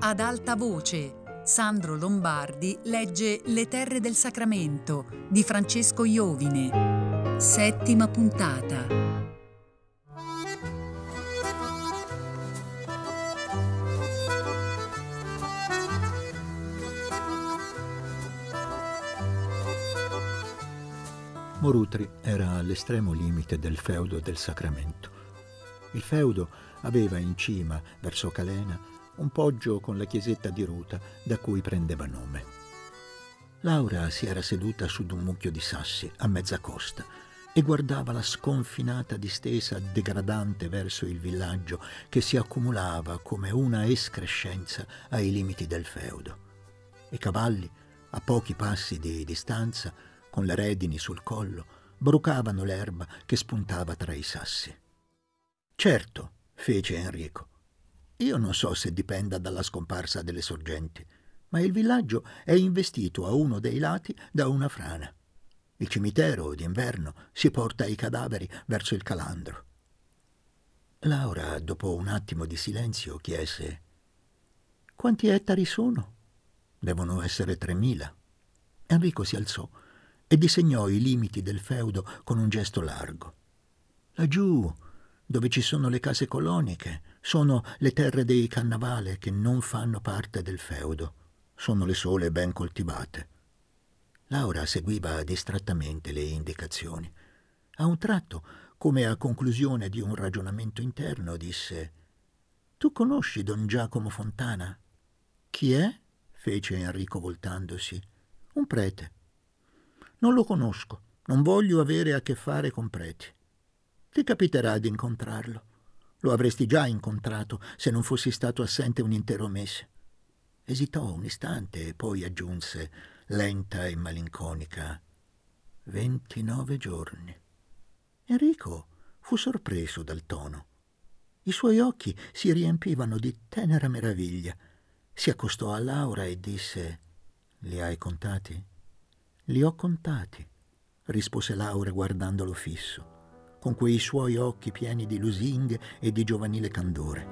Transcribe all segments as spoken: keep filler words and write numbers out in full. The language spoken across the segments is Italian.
ad alta voce. Sandro Lombardi legge Le terre del Sacramento di Francesco Iovine. Settima puntata. Morutri era all'estremo limite del feudo del Sacramento. Il feudo aveva in cima, verso Calena, un poggio con la chiesetta di Ruta da cui prendeva nome. Laura si era seduta su d'un mucchio di sassi a mezza costa e guardava la sconfinata distesa degradante verso il villaggio che si accumulava come una escrescenza ai limiti del feudo. I cavalli, a pochi passi di distanza, con le redini sul collo, brucavano l'erba che spuntava tra i sassi. «Certo», fece Enrico, «io non so se dipenda dalla scomparsa delle sorgenti, ma il villaggio è investito a uno dei lati da una frana. Il cimitero d'inverno si porta i cadaveri verso il calandro». Laura, dopo un attimo di silenzio, chiese: «Quanti ettari sono?» «Devono essere tremila». Enrico si alzò e disegnò i limiti del feudo con un gesto largo. «Laggiù, dove ci sono le case coloniche, sono le terre dei Cannavale che non fanno parte del feudo. Sono le sole ben coltivate». Laura seguiva distrattamente le indicazioni. A un tratto, come a conclusione di un ragionamento interno, disse: «Tu conosci don Giacomo Fontana?» «Chi è?» fece Enrico voltandosi. «Un prete». «Non lo conosco, non voglio avere a che fare con preti. Ti capiterà di incontrarlo. Lo avresti già incontrato se non fossi stato assente un intero mese». Esitò un istante e poi aggiunse, lenta e malinconica: «ventinove giorni». Enrico fu sorpreso dal tono. I suoi occhi si riempivano di tenera meraviglia. Si accostò a Laura e disse: «Li hai contati?» «Li ho contati», rispose Laura guardandolo fisso, con quei suoi occhi pieni di lusinghe e di giovanile candore.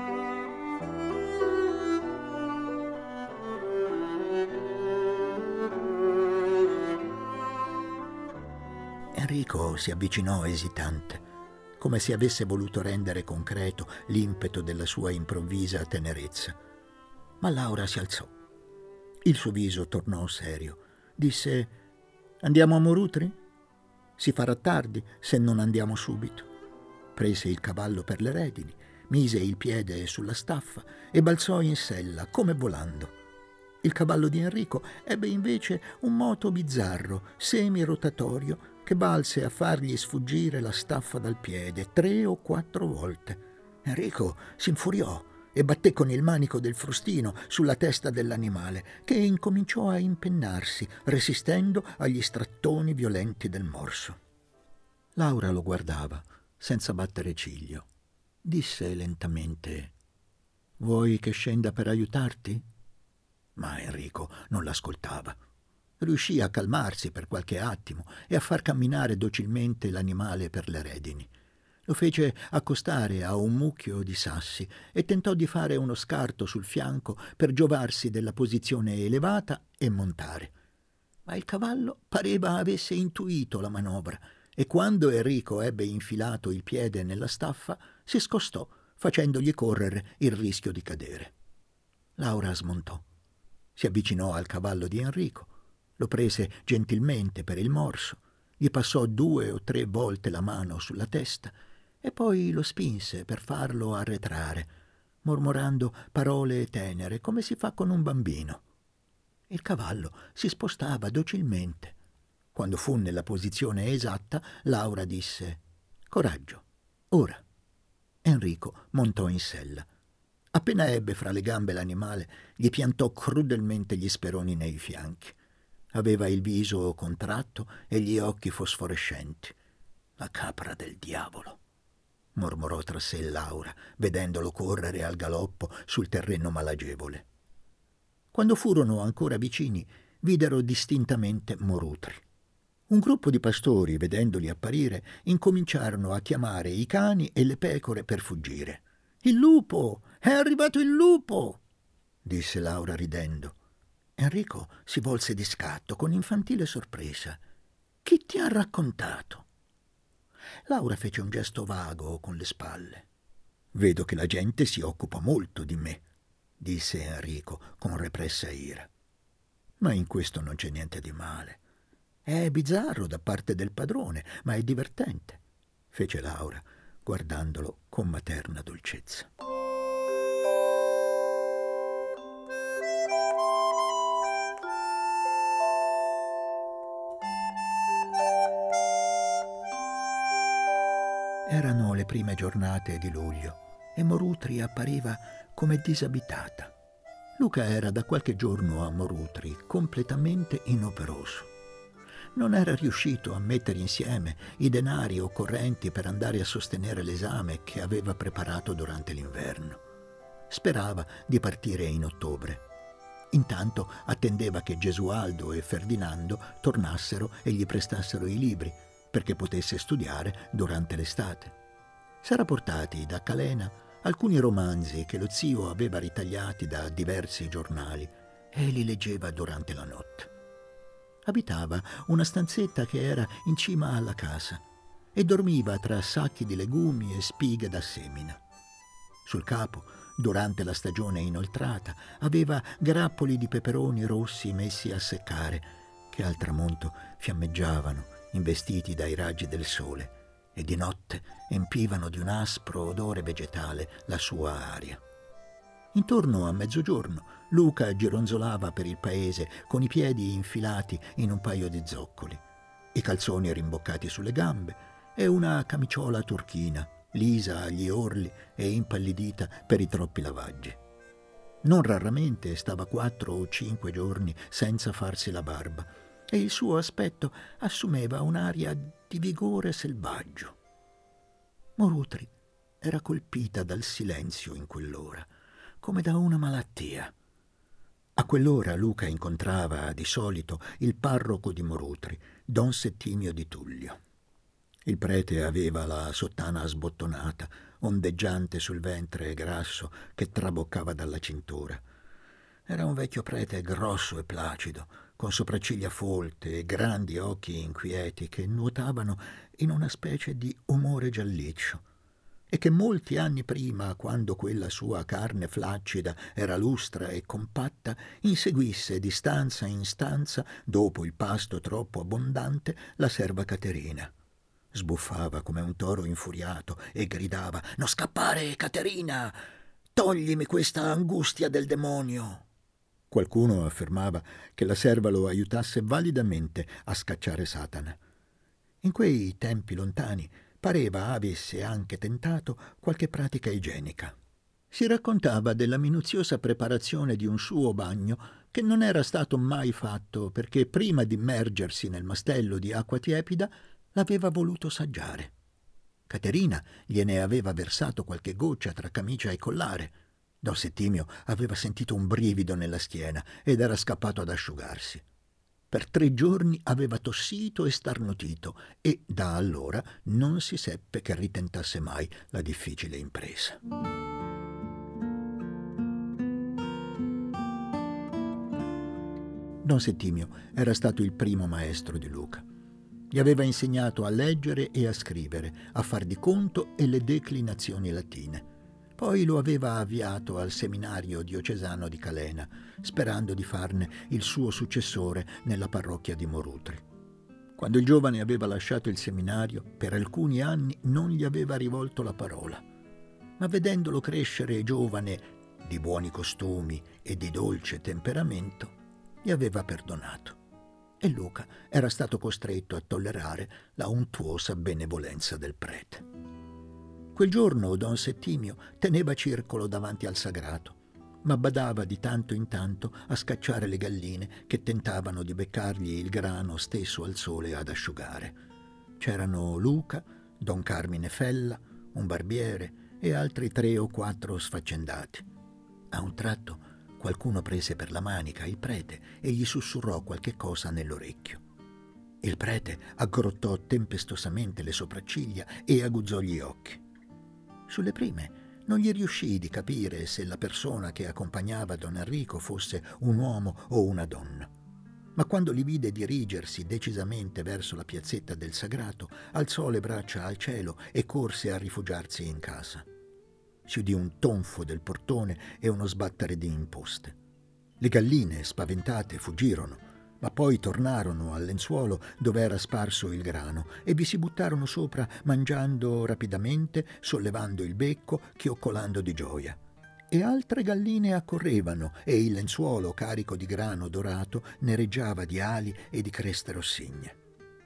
Enrico si avvicinò esitante, come se avesse voluto rendere concreto l'impeto della sua improvvisa tenerezza. Ma Laura si alzò. Il suo viso tornò serio. Disse: «Andiamo a Morutri? Si farà tardi se non andiamo subito». Prese il cavallo per le redini, mise il piede sulla staffa e balzò in sella, come volando. Il cavallo di Enrico ebbe invece un moto bizzarro, semi-rotatorio, che balse a fargli sfuggire la staffa dal piede tre o quattro volte. Enrico si infuriò e batté con il manico del frustino sulla testa dell'animale, che incominciò a impennarsi, resistendo agli strattoni violenti del morso. Laura lo guardava, senza battere ciglio. Disse lentamente: «Vuoi che scenda per aiutarti?» Ma Enrico non l'ascoltava. Riuscì a calmarsi per qualche attimo e a far camminare docilmente l'animale per le redini. Lo fece accostare a un mucchio di sassi e tentò di fare uno scarto sul fianco per giovarsi della posizione elevata e montare. Ma il cavallo pareva avesse intuito la manovra e quando Enrico ebbe infilato il piede nella staffa si scostò, facendogli correre il rischio di cadere. Laura smontò. Si avvicinò al cavallo di Enrico, lo prese gentilmente per il morso, gli passò due o tre volte la mano sulla testa e poi lo spinse per farlo arretrare, mormorando parole tenere come si fa con un bambino. Il cavallo si spostava docilmente. Quando fu nella posizione esatta, Laura disse: «Coraggio, ora». Enrico montò in sella. Appena ebbe fra le gambe l'animale, gli piantò crudelmente gli speroni nei fianchi. Aveva il viso contratto e gli occhi fosforescenti. «La capra del diavolo», mormorò tra sé Laura, vedendolo correre al galoppo sul terreno malagevole. Quando furono ancora vicini, videro distintamente Morutri. Un gruppo di pastori, vedendoli apparire, incominciarono a chiamare i cani e le pecore per fuggire. «Il lupo! È arrivato il lupo!» disse Laura ridendo. Enrico si volse di scatto con infantile sorpresa. Chi ti ha raccontato? Laura fece un gesto vago con le spalle. Vedo che la gente si occupa molto di me, disse Enrico con repressa ira. Ma in questo non c'è niente di male. È bizzarro da parte del padrone, ma è divertente, fece Laura, guardandolo con materna dolcezza. Erano le prime giornate di luglio e Morutri appariva come disabitata. Luca era da qualche giorno a Morutri, completamente inoperoso. Non era riuscito a mettere insieme i denari occorrenti per andare a sostenere l'esame che aveva preparato durante l'inverno. Sperava di partire in ottobre. Intanto attendeva che Gesualdo e Ferdinando tornassero e gli prestassero i libri perché potesse studiare durante l'estate. S'era portati da Calena alcuni romanzi che lo zio aveva ritagliati da diversi giornali e li leggeva durante la notte. Abitava una stanzetta che era in cima alla casa e dormiva tra sacchi di legumi e spighe da semina. Sul capo, durante la stagione inoltrata, aveva grappoli di peperoni rossi messi a seccare che al tramonto fiammeggiavano investiti dai raggi del sole e di notte empivano di un aspro odore vegetale la sua aria. Intorno a mezzogiorno Luca gironzolava per il paese con i piedi infilati in un paio di zoccoli, i calzoni rimboccati sulle gambe e una camiciola turchina, lisa agli orli e impallidita per i troppi lavaggi. Non raramente stava quattro o cinque giorni senza farsi la barba e il suo aspetto assumeva un'aria di vigore selvaggio. Morutri era colpita dal silenzio in quell'ora, come da una malattia. A quell'ora Luca incontrava di solito il parroco di Morutri, don Settimio di Tullio. Il prete aveva la sottana sbottonata, ondeggiante sul ventre grasso che traboccava dalla cintura. Era un vecchio prete grosso e placido, con sopracciglia folte e grandi occhi inquieti che nuotavano in una specie di umore gialliccio, e che molti anni prima, quando quella sua carne flaccida era lustra e compatta, inseguisse di stanza in stanza, dopo il pasto troppo abbondante, la serva Caterina. Sbuffava come un toro infuriato e gridava: «Non scappare, Caterina! Toglimi questa angustia del demonio!» Qualcuno affermava che la serva lo aiutasse validamente a scacciare Satana. In quei tempi lontani pareva avesse anche tentato qualche pratica igienica. Si raccontava della minuziosa preparazione di un suo bagno che non era stato mai fatto perché prima di immergersi nel mastello di acqua tiepida l'aveva voluto saggiare. Caterina gliene aveva versato qualche goccia tra camicia e collare. Don Settimio aveva sentito un brivido nella schiena ed era scappato ad asciugarsi. Per tre giorni aveva tossito e starnutito e da allora non si seppe che ritentasse mai la difficile impresa. Don Settimio era stato il primo maestro di Luca. Gli aveva insegnato a leggere e a scrivere, a far di conto e le declinazioni latine. Poi lo aveva avviato al seminario diocesano di Calena, sperando di farne il suo successore nella parrocchia di Morutri. Quando il giovane aveva lasciato il seminario, per alcuni anni non gli aveva rivolto la parola. Ma vedendolo crescere giovane, di buoni costumi e di dolce temperamento, gli aveva perdonato. E Luca era stato costretto a tollerare la untuosa benevolenza del prete. Quel giorno don Settimio teneva circolo davanti al sagrato, ma badava di tanto in tanto a scacciare le galline che tentavano di beccargli il grano steso al sole ad asciugare. C'erano Luca, don Carmine Fella, un barbiere e altri tre o quattro sfaccendati. A un tratto qualcuno prese per la manica il prete e gli sussurrò qualche cosa nell'orecchio. Il prete aggrottò tempestosamente le sopracciglia e aguzzò gli occhi. Sulle prime Non gli riuscì di capire se la persona che accompagnava don Enrico fosse un uomo o una donna. Ma quando li vide dirigersi decisamente verso la piazzetta del Sagrato, alzò le braccia al cielo e corse a rifugiarsi in casa. Si udì un tonfo del portone e uno sbattere di imposte. Le galline, spaventate, fuggirono, ma poi tornarono al lenzuolo dove era sparso il grano e vi si buttarono sopra mangiando rapidamente, sollevando il becco, chioccolando di gioia. E altre galline accorrevano e il lenzuolo carico di grano dorato nereggiava di ali e di creste rossigne.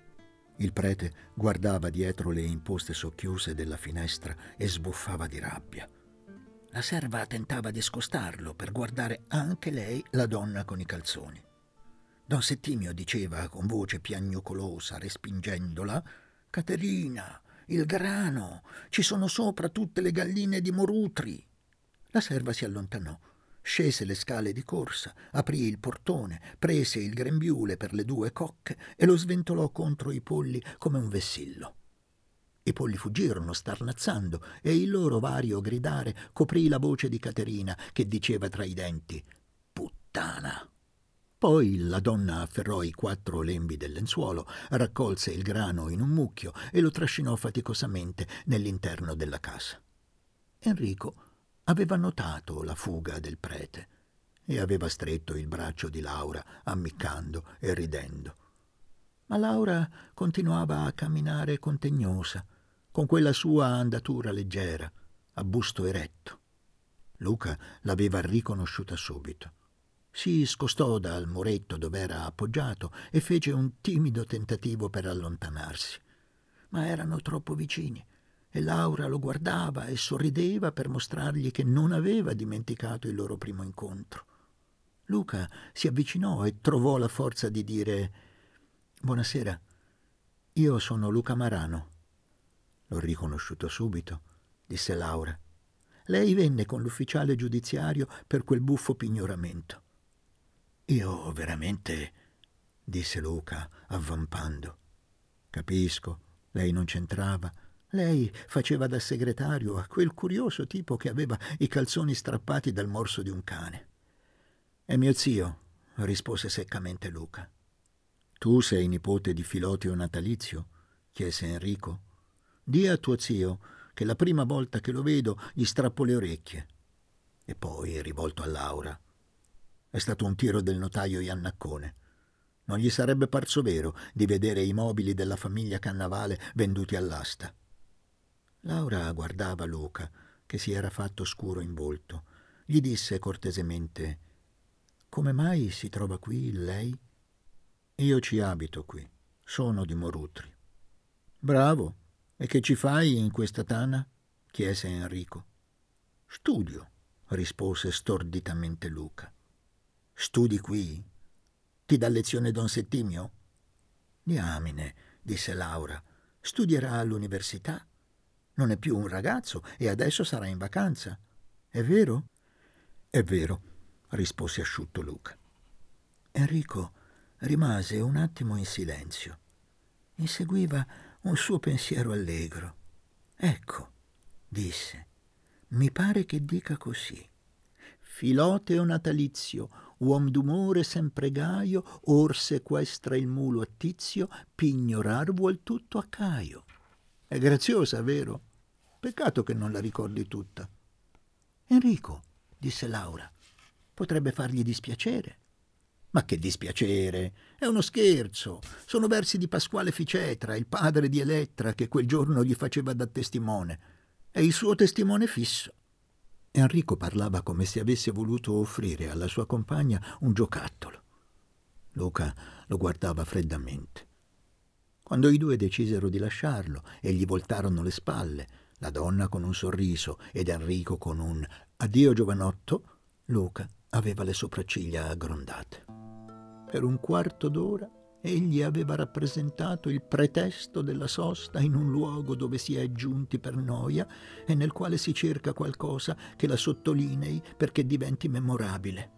Il prete guardava dietro le imposte socchiuse della finestra e sbuffava di rabbia. La serva tentava di scostarlo per guardare anche lei la donna con i calzoni. Don Settimio diceva con voce piagnucolosa, respingendola: «Caterina, il grano, ci sono sopra tutte le galline di Morutri». La serva si allontanò, scese le scale di corsa, aprì il portone, prese il grembiule per le due cocche e lo sventolò contro i polli come un vessillo. I polli fuggirono starnazzando e il loro vario gridare coprì la voce di Caterina che diceva tra i denti: «Puttana!». Poi la donna afferrò i quattro lembi del lenzuolo, raccolse il grano in un mucchio e lo trascinò faticosamente nell'interno della casa. Enrico aveva notato la fuga del prete e aveva stretto il braccio di Laura, ammiccando e ridendo. Ma Laura continuava a camminare contegnosa, con quella sua andatura leggera, a busto eretto. Luca l'aveva riconosciuta subito. Si scostò dal muretto dove era appoggiato e fece un timido tentativo per allontanarsi. Ma erano troppo vicini e Laura lo guardava e sorrideva per mostrargli che non aveva dimenticato il loro primo incontro. Luca si avvicinò e trovò la forza di dire: «Buonasera, io sono Luca Marano». «L'ho riconosciuto subito», disse Laura. «Lei venne con l'ufficiale giudiziario per quel buffo pignoramento». «Io veramente», disse Luca, avvampando. «Capisco, lei non c'entrava. Lei faceva da segretario a quel curioso tipo che aveva i calzoni strappati dal morso di un cane». «È mio zio», rispose seccamente Luca. «Tu sei nipote di Filoteo Natalizio?» chiese Enrico. «Dì a tuo zio che la prima volta che lo vedo gli strappo le orecchie». E poi, rivolto a Laura: «È stato un tiro del notaio Iannaccone. Non gli sarebbe parso vero di vedere i mobili della famiglia Cannavale venduti all'asta». Laura guardava Luca, che si era fatto scuro in volto. Gli disse cortesemente: «Come mai si trova qui lei?» «Io ci abito qui. Sono di Morutri». «Bravo. E che ci fai in questa tana?» chiese Enrico. «Studio», rispose storditamente Luca. «Studi qui? Ti dà lezione don Settimio?» «Diamine», disse Laura, «studierà all'università. Non è più un ragazzo e adesso sarà in vacanza. È vero?» «È vero», rispose asciutto Luca. Enrico rimase un attimo in silenzio. Inseguiva un suo pensiero allegro. «Ecco», disse, «mi pare che dica così: Filoteo Natalizio, uom d'umore sempre gaio, or sequestra il mulo a Tizio, pignorar vuol tutto a Caio». È graziosa, vero? Peccato che non la ricordi tutta. «Enrico», disse Laura, «potrebbe fargli dispiacere». «Ma che dispiacere? È uno scherzo. Sono versi di Pasquale Ficetra, il padre di Elettra, che quel giorno gli faceva da testimone. È il suo testimone fisso». Enrico parlava come se avesse voluto offrire alla sua compagna un giocattolo. Luca lo guardava freddamente. Quando i due decisero di lasciarlo e gli voltarono le spalle, la donna con un sorriso ed Enrico con un «addio giovanotto», Luca aveva le sopracciglia aggrondate. Per un quarto d'ora egli aveva rappresentato il pretesto della sosta in un luogo dove si è giunti per noia e nel quale si cerca qualcosa che la sottolinei perché diventi memorabile.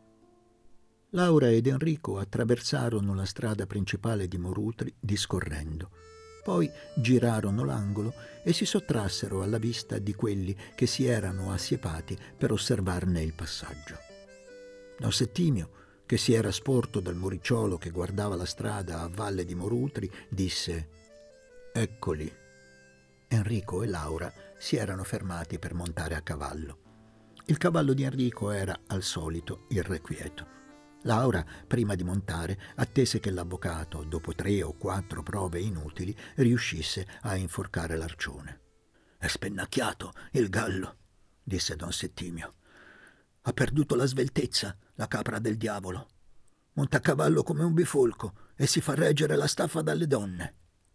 Laura ed Enrico attraversarono la strada principale di Morutri discorrendo. Poi girarono l'angolo e si sottrassero alla vista di quelli che si erano assiepati per osservarne il passaggio. Don Settimio, che si era sporto dal muricciolo che guardava la strada a valle di Morutri, disse: «Eccoli». Enrico e Laura si erano fermati per montare a cavallo. Il cavallo di Enrico era, al solito, irrequieto. Laura, prima di montare, attese che l'avvocato, dopo tre o quattro prove inutili, riuscisse a inforcare l'arcione. «È spennacchiato il gallo», disse don Settimio. «Ha perduto la sveltezza, la capra del diavolo. Monta a cavallo come un bifolco e si fa reggere la staffa dalle donne».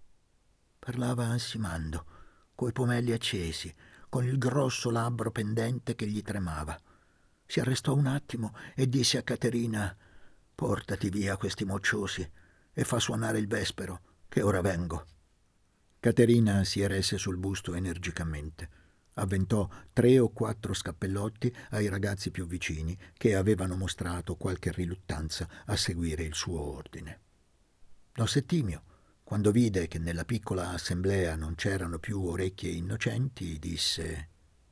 Parlava ansimando, coi pomelli accesi, con il grosso labbro pendente che gli tremava. Si arrestò un attimo e disse a Caterina: «Portati via questi mocciosi e fa suonare il vespero, che ora vengo». Caterina si eresse sul busto energicamente. Avventò tre o quattro scappellotti ai ragazzi più vicini, che avevano mostrato qualche riluttanza a seguire il suo ordine. Don Settimio, quando vide che nella piccola assemblea non c'erano più orecchie innocenti, disse: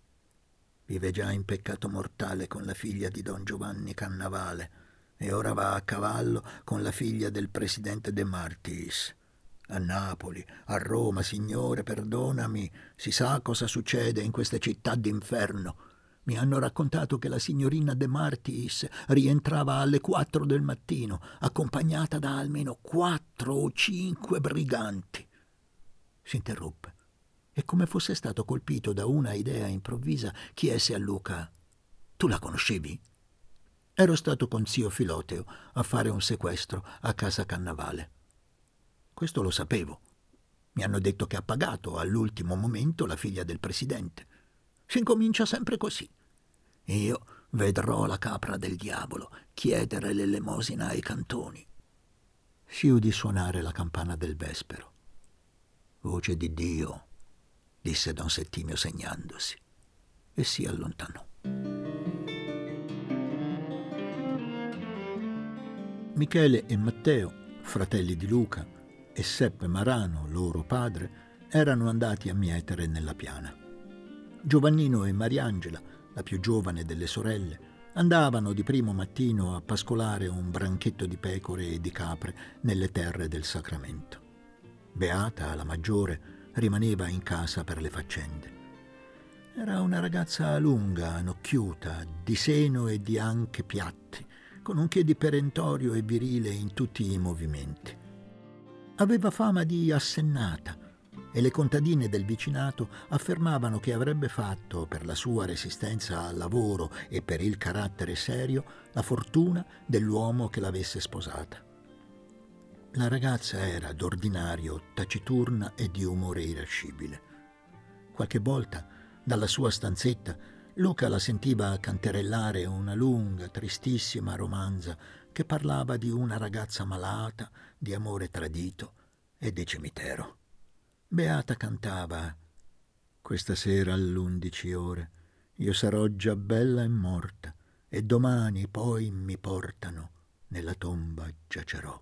«Vive già in peccato mortale con la figlia di don Giovanni Cannavale e ora va a cavallo con la figlia del presidente De Martis. A Napoli, a Roma, signore, perdonami, si sa cosa succede in queste città d'inferno. Mi hanno raccontato che la signorina De Martis rientrava alle quattro del mattino, accompagnata da almeno quattro o cinque briganti». Si interruppe e, come fosse stato colpito da una idea improvvisa, chiese a Luca: «Tu la conoscevi?» «Ero stato con zio Filoteo a fare un sequestro a casa Cannavale». «Questo lo sapevo. Mi hanno detto che ha pagato all'ultimo momento la figlia del presidente. Si incomincia sempre così. Io vedrò la capra del diavolo chiedere l'elemosina ai cantoni». Si udì suonare la campana del vespero. «Voce di Dio», disse don Settimio segnandosi, e si allontanò. Michele e Matteo, fratelli di Luca, e Seppe Marano, loro padre, erano andati a mietere nella piana. Giovannino e Mariangela, la più giovane delle sorelle, andavano di primo mattino a pascolare un branchetto di pecore e di capre nelle terre del Sacramento. Beata, la maggiore, rimaneva in casa per le faccende. Era una ragazza lunga, nocchiuta, di seno e di anche piatti, con un che di perentorio e virile in tutti i movimenti. Aveva fama di assennata e le contadine del vicinato affermavano che avrebbe fatto, per la sua resistenza al lavoro e per il carattere serio, la fortuna dell'uomo che l'avesse sposata. La ragazza era d'ordinario taciturna e di umore irascibile. Qualche volta, dalla sua stanzetta, Luca la sentiva canterellare una lunga, tristissima romanza che parlava di una ragazza malata, di amore tradito e di cimitero. Beata cantava: «Questa sera all'undici ore io sarò già bella e morta, e domani poi mi portano, nella tomba giacerò».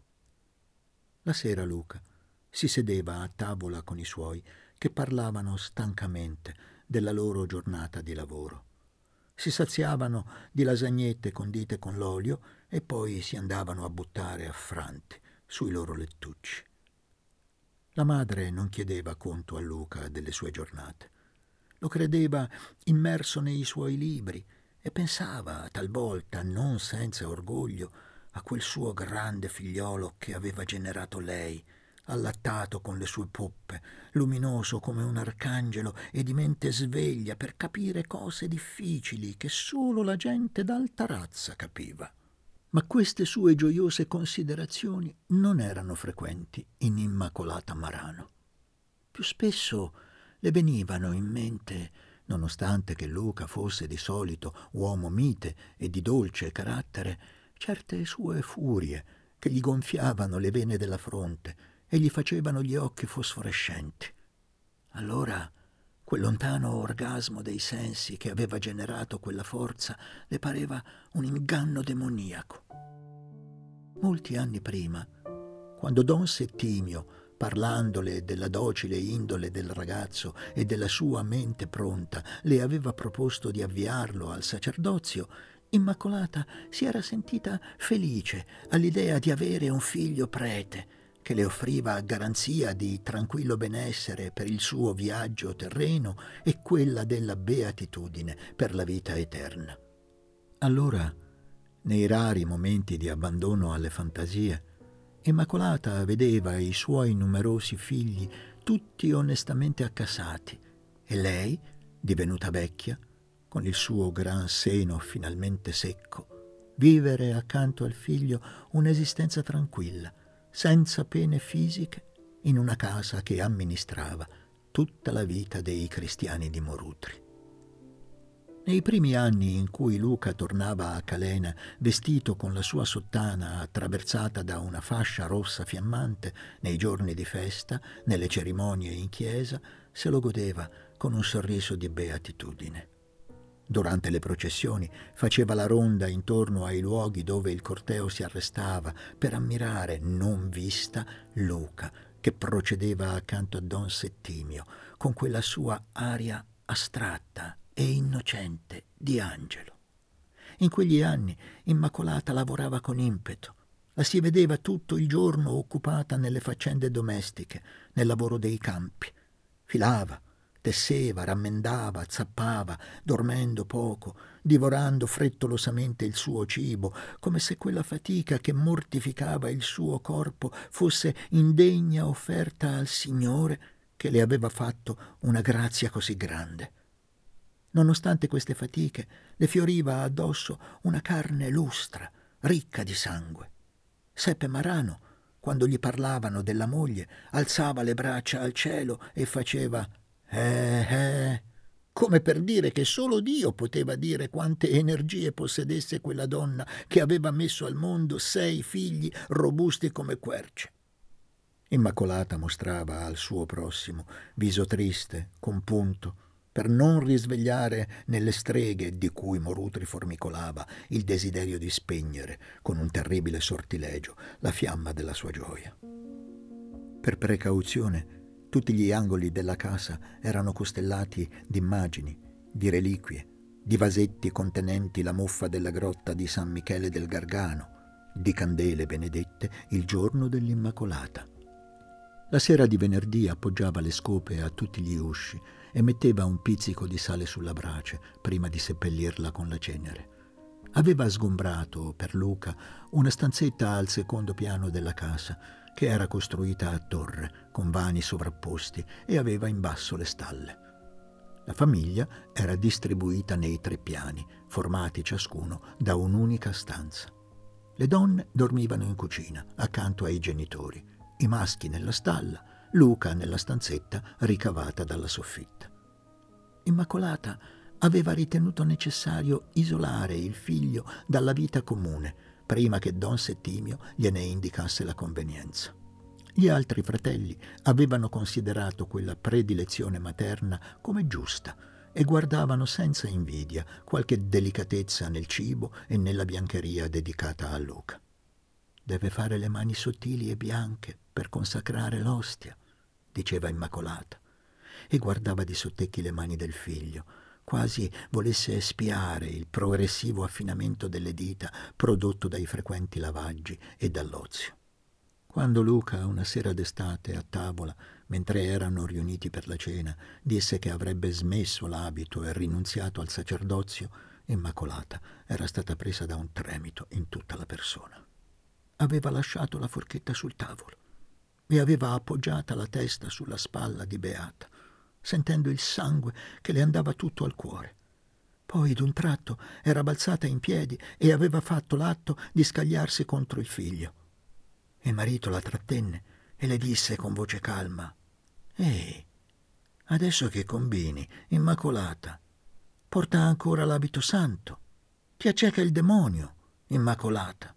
La sera Luca si sedeva a tavola con i suoi, che parlavano stancamente della loro giornata di lavoro. Si saziavano di lasagnette condite con l'olio e poi si andavano a buttare affranti sui loro lettucci. La madre non chiedeva conto a Luca delle sue giornate. Lo credeva immerso nei suoi libri e pensava talvolta, non senza orgoglio, a quel suo grande figliolo che aveva generato lei, allattato con le sue poppe, luminoso come un arcangelo e di mente sveglia per capire cose difficili che solo la gente d'alta razza capiva. Ma queste sue gioiose considerazioni non erano frequenti in Immacolata Marano. Più spesso le venivano in mente, nonostante che Luca fosse di solito uomo mite e di dolce carattere, certe sue furie che gli gonfiavano le vene della fronte e gli facevano gli occhi fosforescenti. Allora quel lontano orgasmo dei sensi che aveva generato quella forza le pareva un inganno demoniaco. Molti anni prima, quando don Settimio parlandole della docile indole del ragazzo e della sua mente pronta, le aveva proposto di avviarlo al sacerdozio, Immacolata si era sentita felice all'idea di avere un figlio prete che le offriva garanzia di tranquillo benessere per il suo viaggio terreno e quella della beatitudine per la vita eterna. Allora, nei rari momenti di abbandono alle fantasie, Immacolata vedeva i suoi numerosi figli tutti onestamente accasati e lei, divenuta vecchia, con il suo gran seno finalmente secco, vivere accanto al figlio un'esistenza tranquilla, senza pene fisiche, in una casa che amministrava tutta la vita dei cristiani di Morutri. Nei primi anni in cui Luca tornava a Calena vestito con la sua sottana attraversata da una fascia rossa fiammante, nei giorni di festa, nelle cerimonie in chiesa, se lo godeva con un sorriso di beatitudine. Durante le processioni faceva la ronda intorno ai luoghi dove il corteo si arrestava per ammirare, non vista, Luca, che procedeva accanto a Don Settimio, con quella sua aria astratta e innocente di angelo. In quegli anni Immacolata lavorava con impeto. La si vedeva tutto il giorno occupata nelle faccende domestiche, nel lavoro dei campi. Filava, tesseva, rammendava, zappava, dormendo poco, divorando frettolosamente il suo cibo, come se quella fatica che mortificava il suo corpo fosse indegna offerta al Signore che le aveva fatto una grazia così grande. Nonostante queste fatiche, le fioriva addosso una carne lustra, ricca di sangue. Seppe Marano, quando gli parlavano della moglie, alzava le braccia al cielo e faceva Eh, eh, come per dire che solo Dio poteva dire quante energie possedesse quella donna che aveva messo al mondo sei figli robusti come querce. Immacolata mostrava al suo prossimo viso triste, compunto, per non risvegliare nelle streghe di cui Morutri formicolava il desiderio di spegnere, con un terribile sortilegio, la fiamma della sua gioia. Per precauzione, tutti gli angoli della casa erano costellati di immagini, di reliquie, di vasetti contenenti la muffa della grotta di San Michele del Gargano, di candele benedette il giorno dell'Immacolata. La sera di venerdì appoggiava le scope a tutti gli usci e metteva un pizzico di sale sulla brace prima di seppellirla con la cenere. Aveva sgombrato per Luca una stanzetta al secondo piano della casa, che era costruita a torre, con vani sovrapposti, e aveva in basso le stalle. La famiglia era distribuita nei tre piani, formati ciascuno da un'unica stanza. Le donne dormivano in cucina, accanto ai genitori, i maschi nella stalla, Luca nella stanzetta ricavata dalla soffitta. Immacolata aveva ritenuto necessario isolare il figlio dalla vita comune, prima che Don Settimio gliene indicasse la convenienza. Gli altri fratelli avevano considerato quella predilezione materna come giusta e guardavano senza invidia qualche delicatezza nel cibo e nella biancheria dedicata a Luca. «Deve fare le mani sottili e bianche per consacrare l'ostia», diceva Immacolata, e guardava di sottecchi le mani del figlio, quasi volesse espiare il progressivo affinamento delle dita prodotto dai frequenti lavaggi e dall'ozio. Quando Luca, una sera d'estate a tavola, mentre erano riuniti per la cena, disse che avrebbe smesso l'abito e rinunziato al sacerdozio, Immacolata era stata presa da un tremito in tutta la persona. Aveva lasciato la forchetta sul tavolo e aveva appoggiata la testa sulla spalla di Beata, sentendo il sangue che le andava tutto al cuore. Poi, d'un tratto, era balzata in piedi e aveva fatto l'atto di scagliarsi contro il figlio. Il marito la trattenne e le disse con voce calma: «Ehi, adesso che combini, Immacolata? Porta ancora l'abito santo. Ti acceca il demonio, Immacolata».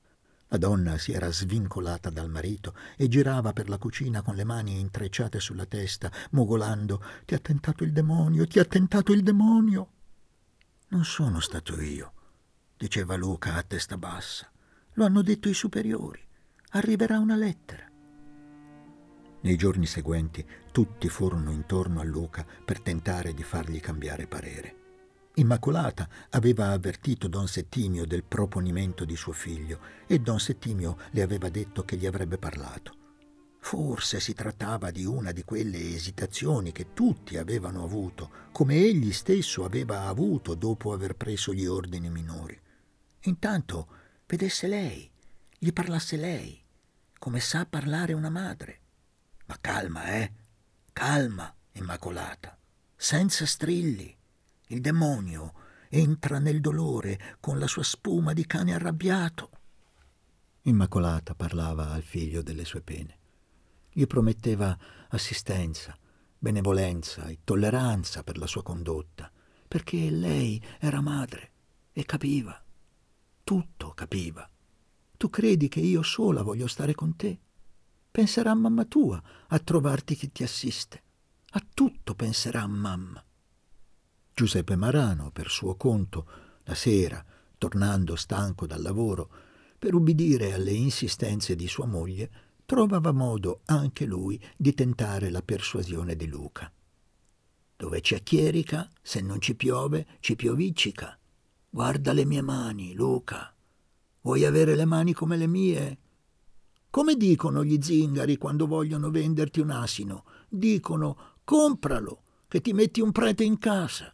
La donna si era svincolata dal marito e girava per la cucina con le mani intrecciate sulla testa, mugolando: «Ti ha tentato il demonio, ti ha tentato il demonio». «Non sono stato io», diceva Luca a testa bassa. «Lo hanno detto i superiori. Arriverà una lettera». Nei giorni seguenti tutti furono intorno a Luca per tentare di fargli cambiare parere. Immacolata aveva avvertito don Settimio del proponimento di suo figlio e don Settimio le aveva detto che gli avrebbe parlato. Forse si trattava di una di quelle esitazioni che tutti avevano avuto, come egli stesso aveva avuto dopo aver preso gli ordini minori. Intanto vedesse lei, gli parlasse lei, come sa parlare una madre. Ma calma, eh? Calma, Immacolata, senza strilli. Il demonio entra nel dolore con la sua spuma di cane arrabbiato. Immacolata parlava al figlio delle sue pene. Gli prometteva assistenza, benevolenza e tolleranza per la sua condotta, perché lei era madre e capiva, tutto capiva. Tu credi che io sola voglio stare con te? Penserà mamma tua a trovarti chi ti assiste. A tutto penserà mamma. Giuseppe Marano, per suo conto, la sera, tornando stanco dal lavoro, per ubbidire alle insistenze di sua moglie, trovava modo anche lui di tentare la persuasione di Luca. Dove c'è chierica, se non ci piove, ci pioviccica. Guarda le mie mani, Luca. Vuoi avere le mani come le mie? Come dicono gli zingari quando vogliono venderti un asino? Dicono: compralo, che ti metti un prete in casa.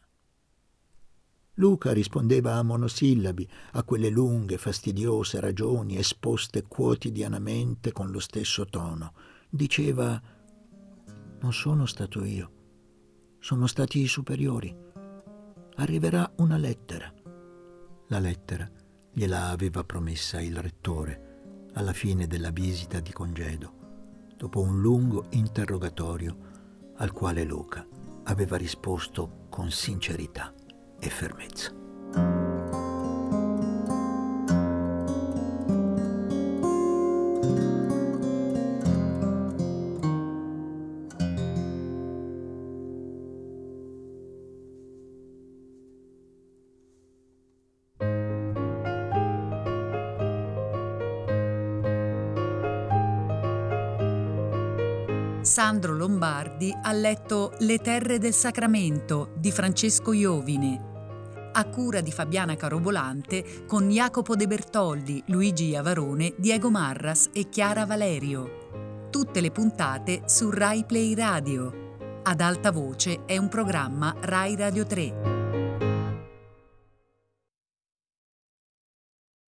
Luca rispondeva a monosillabi a quelle lunghe, fastidiose ragioni esposte quotidianamente con lo stesso tono. Diceva: non sono stato io, sono stati i superiori. Arriverà una lettera. La lettera gliela aveva promessa il rettore alla fine della visita di congedo, dopo un lungo interrogatorio al quale Luca aveva risposto con sincerità e fermezza. Sandro Lombardi ha letto Le terre del Sacramento di Francesco Iovine, a cura di Fabiana Carobolante, con Jacopo De Bertoldi, Luigi Iavarone, Diego Marras e Chiara Valerio. Tutte le puntate su Rai Play Radio. Ad alta voce è un programma Rai Radio tre.